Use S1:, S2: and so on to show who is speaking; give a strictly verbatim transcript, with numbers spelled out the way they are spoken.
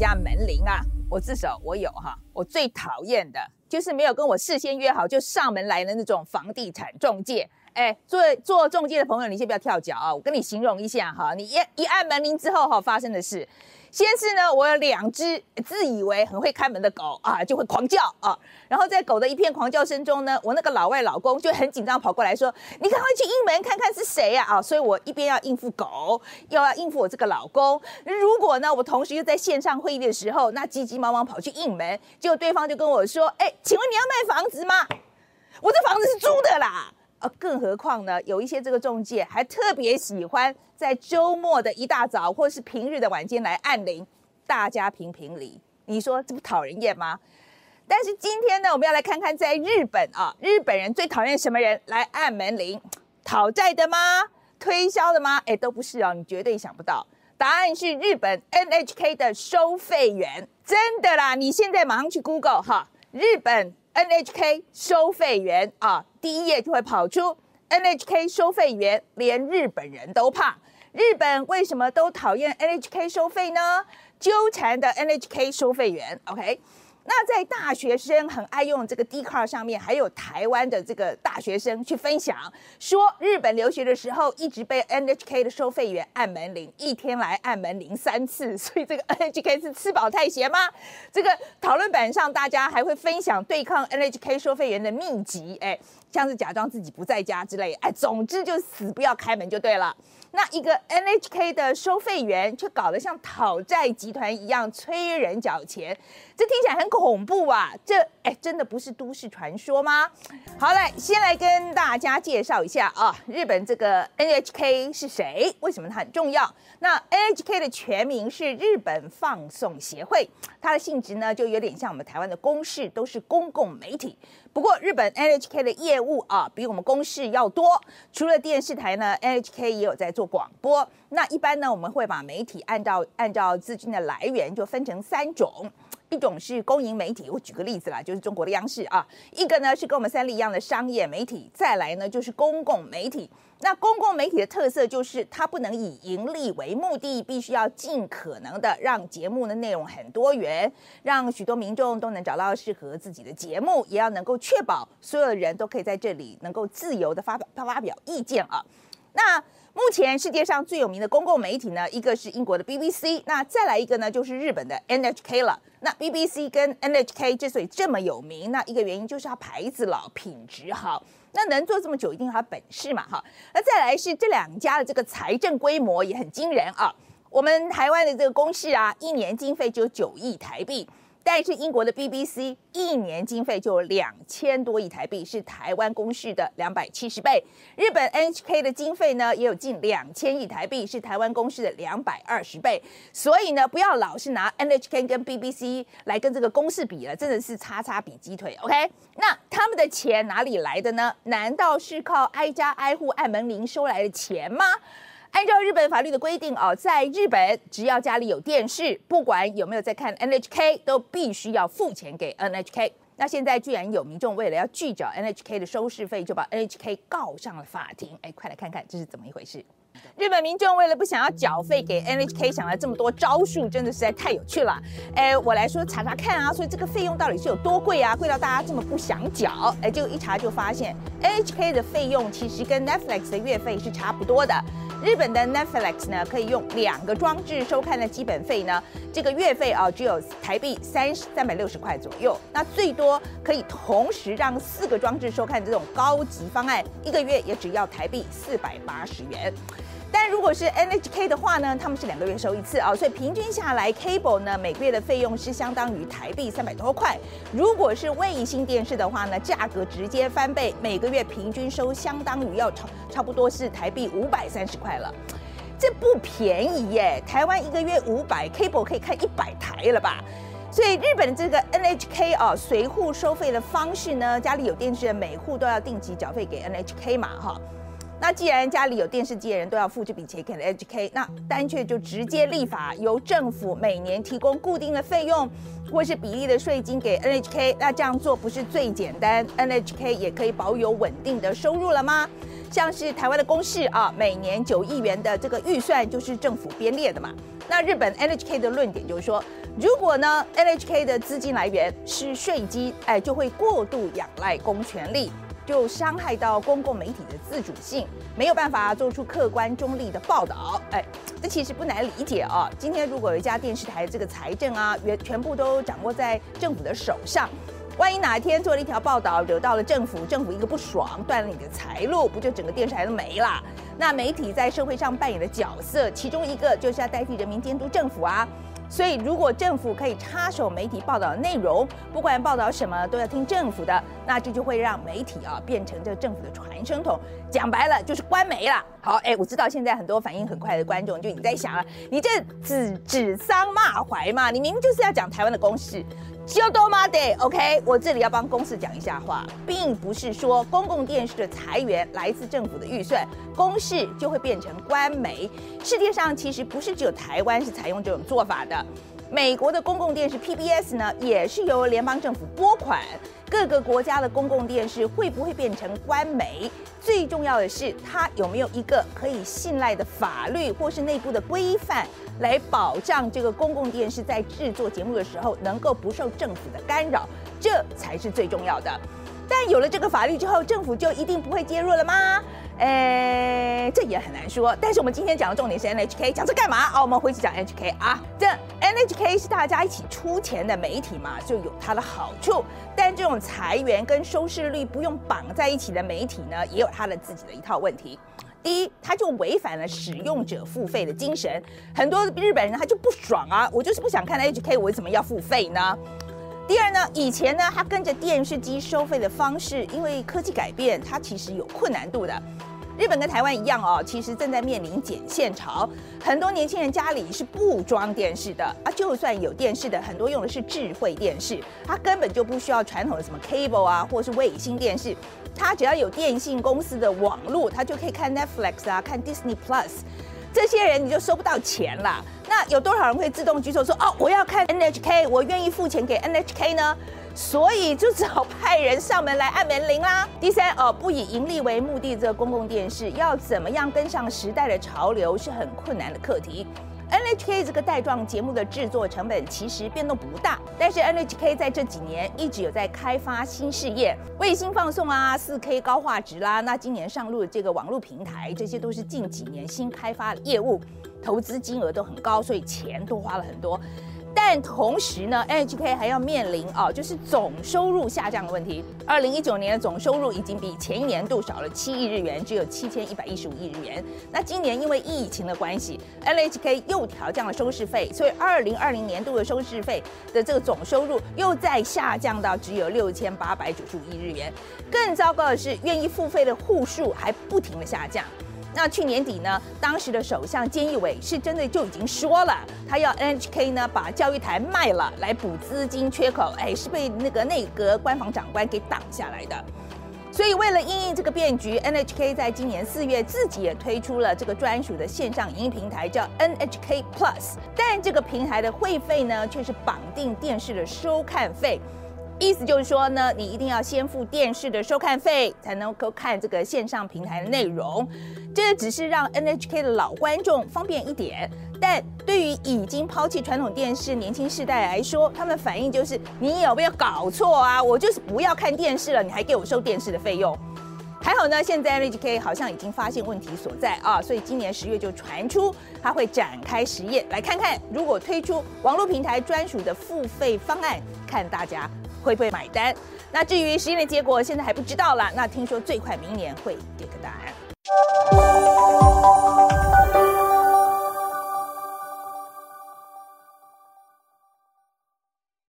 S1: 家门铃啊，我至少我有哈，我最讨厌的就是没有跟我事先约好就上门来的那种房地产中介。哎，做做中介的朋友，你先不要跳脚啊！我跟你形容一下哈，你一一按门铃之后哈，发生的事。先是呢，我有两只自以为很会看门的狗啊，就会狂叫啊。然后在狗的一片狂叫声中呢，我那个老外老公就很紧张跑过来说：“你赶快去应门看看是谁呀！”啊，所以我一边要应付狗，又要应付我这个老公。如果呢，我同时又在线上会议的时候，那急急忙忙跑去应门，结果对方就跟我说：“哎，请问你要卖房子吗？我这房子是租的啦。”呃，更何况呢，有一些这个中介还特别喜欢在周末的一大早或是平日的晚间来按铃，大家评评理，你说这不讨人厌吗？但是今天呢，我们要来看看在日本啊，日本人最讨厌什么人来按门铃？讨债的吗？推销的吗？哎，都不是哦，你绝对想不到，答案是日本 N H K 的收费员，真的啦！你现在马上去 Google 哈，日本 N H K 收费员啊，第一页就会跑出 N H K 收费员，连日本人都怕。日本为什么都讨厌 N H K 收费呢？纠缠的 N H K 收费员 ，OK。那在大学生很爱用这个 Dcard 上面，还有台湾的这个大学生去分享，说日本留学的时候一直被 N H K 的收费员按门铃，一天来按门铃三次，所以这个 N H K 是吃饱太闲吗？这个讨论板上大家还会分享对抗 N H K 收费员的秘籍，哎，像是假装自己不在家之类，哎，总之就死不要开门就对了。那一个 N H K 的收费员却搞得像讨债集团一样催人缴钱，这听起来很恐怖啊！这哎，真的不是都市传说吗？好，来先来跟大家介绍一下啊，日本这个 N H K 是谁？为什么它很重要？那 N H K 的全名是日本放送协会，它的性质呢就有点像我们台湾的公视，都是公共媒体。不过日本 N H K 的业务啊，比我们公视要多。除了电视台呢 ，N H K 也有在做广播。那一般呢，我们会把媒体按照按照资金的来源就分成三种。一种是公营媒体，我举个例子啦，就是中国的央视啊；一个呢是跟我们三立一样的商业媒体，再来呢就是公共媒体。那公共媒体的特色就是它不能以盈利为目的，必须要尽可能的让节目的内容很多元，让许多民众都能找到适合自己的节目，也要能够确保所有的人都可以在这里能够自由的发发表意见啊。那目前世界上最有名的公共媒体呢，一个是英国的 B B C， 那再来一个呢就是日本的 N H K 了。那 B B C 跟 N H K 之所以这么有名，那一个原因就是它牌子老，品质好。那能做这么久，一定有它本事嘛，哈。那再来是这两家的这个财政规模也很惊人啊。我们台湾的这个公视啊，一年经费只有九亿台币。但是英国的 B B C 一年经费就有两千多亿台币，是台湾公视的两百七十倍。日本 N H K 的经费呢，也有近两千亿台币，是台湾公视的两百二十倍。所以呢，不要老是拿 N H K 跟 B B C 来跟这个公视比了，真的是叉叉比鸡腿。OK， 那他们的钱哪里来的呢？难道是靠挨家挨户按门铃收来的钱吗？按照日本法律的规定哦，在日本只要家里有电视，不管有没有在看 N H K， 都必须要付钱给 N H K。那现在居然有民众为了要拒缴 N H K 的收视费，就把 N H K 告上了法庭。哎，快来看看这是怎么一回事。日本民众为了不想要缴费给 N H K， 想了这么多招数，真的实在太有趣了。哎，我来说查查看啊，所以这个费用到底是有多贵啊？贵到大家这么不想缴？哎，结果一查就发现 N H K 的费用其实跟 Netflix 的月费是差不多的。日本的 Netflix 呢，可以用两个装置收看的基本费呢，这个月费啊只有台币三三百六十块左右。那最多可以同时让四个装置收看这种高级方案，一个月也只要台币四百八十元。但如果是 N H K 的话呢，他们是两个月收一次啊，所以平均下来 Cable 呢每个月的费用是相当于台币三百多块。如果是卫星电视的话呢，价格直接翻倍，每个月平均收相当于要差差不多是台币五百三十块了，这不便宜耶！台湾一个月五百 ，Cable 可以看一百台了吧？所以日本的这个 N H K 啊，随户收费的方式呢，家里有电视的每户都要定期缴费给 N H K 嘛，哈。那既然家里有电视机的人都要付这笔钱给 N H K， 那干脆就直接立法，由政府每年提供固定的费用或是比例的税金给 N H K， 那这样做不是最简单 ？N H K 也可以保有稳定的收入了吗？像是台湾的公视啊，每年九亿元的这个预算就是政府编列的嘛。那日本 N H K 的论点就是说， 如果呢 N H K 的资金来源是税基，哎，就会过度仰赖公权力，就伤害到公共媒体的自主性，没有办法做出客观中立的报道。哎，这其实不难理解啊。今天如果有一家电视台这个财政啊，原全部都掌握在政府的手上。万一哪一天做了一条报道，惹到了政府，政府一个不爽，断了你的财路，不就整个电视台都没了？那媒体在社会上扮演的角色，其中一个就是要代替人民监督政府啊。所以，如果政府可以插手媒体报道的内容，不管报道什么都要听政府的，那这就会让媒体啊变成这政府的传声筒。讲白了就是官媒啦。好，哎，我知道现在很多反应很快的观众就已经在想了，你这指指桑骂槐嘛，你明明就是要讲台湾的公事。就多嘛的 ，OK， 我这里要帮公视讲一下话，并不是说公共电视的裁员来自政府的预算，公视就会变成官媒。世界上其实不是只有台湾是采用这种做法的，美国的公共电视 P B S 呢，也是由联邦政府拨款。各个国家的公共电视会不会变成官媒？最重要的是，它有没有一个可以信赖的法律或是内部的规范，来保障这个公共电视在制作节目的时候能够不受政府的干扰，这才是最重要的。但有了这个法律之后，政府就一定不会介入了吗？诶，这也很难说。但是我们今天讲的重点是 N H K， 讲这干嘛？哦，我们回去讲 N H K 啊。这 N H K 是大家一起出钱的媒体嘛，就有它的好处。但这种裁员跟收视率不用绑在一起的媒体呢，也有它的自己的一套问题。第一，它就违反了使用者付费的精神。很多日本人他就不爽啊，我就是不想看 N H K， 我为什么要付费呢？第二呢，以前呢，它跟着电视机收费的方式，因为科技改变，它其实有困难度的。日本跟台湾一样哦，其实正在面临剪线潮，很多年轻人家里是不装电视的啊，就算有电视的，很多用的是智慧电视，它根本就不需要传统的什么 cable 啊，或是卫星电视，它只要有电信公司的网络，它就可以看 Netflix 啊，看 Disney Plus。这些人你就收不到钱啦。那有多少人会自动举手说哦，我要看 N H K， 我愿意付钱给 N H K 呢？所以就只好派人上门来按门铃啦。第三哦，不以盈利为目的，这个公共电视要怎么样跟上时代的潮流是很困难的课题。N H K 这个带状节目的制作成本其实变动不大，但是 N H K 在这几年一直有在开发新事业，卫星放送啊 ，四 K 高画质啦，那今年上路的这个网络平台，这些都是近几年新开发的业务，投资金额都很高，所以钱都花了很多。但同时呢 ，N H K 还要面临啊，就是总收入下降的问题。二零一九年的总收入已经比前一年度少了七亿日元，只有七千一百一十五亿日元。那今年因为疫情的关系 ，N H K 又调降了收视费，所以二零二零年度的收视费的这个总收入又再下降到只有六千八百九十五亿日元。更糟糕的是，愿意付费的户数还不停的下降。那去年底呢，当时的首相菅义伟是真的就已经说了，他要 N H K 呢把教育台卖了来补资金缺口，哎，是被那个内阁官房长官给挡下来的。所以为了因应这个变局 ，N H K 在今年四月自己也推出了这个专属的线上影音平台，叫 N H K Plus。但这个平台的会费呢，却是绑定电视的收看费。意思就是说呢，你一定要先付电视的收看费，才能够看这个线上平台的内容。这只是让 N H K 的老观众方便一点，但对于已经抛弃传统电视年轻世代来说，他们反应就是你有没有搞错啊？我就是不要看电视了，你还给我收电视的费用。还好呢，现在 N H K 好像已经发现问题所在啊，所以今年十月就传出它会展开实验，来看看如果推出网络平台专属的付费方案，看大家会不会买单。那至于实验的结果，现在还不知道啦。那听说最快明年会给个答案。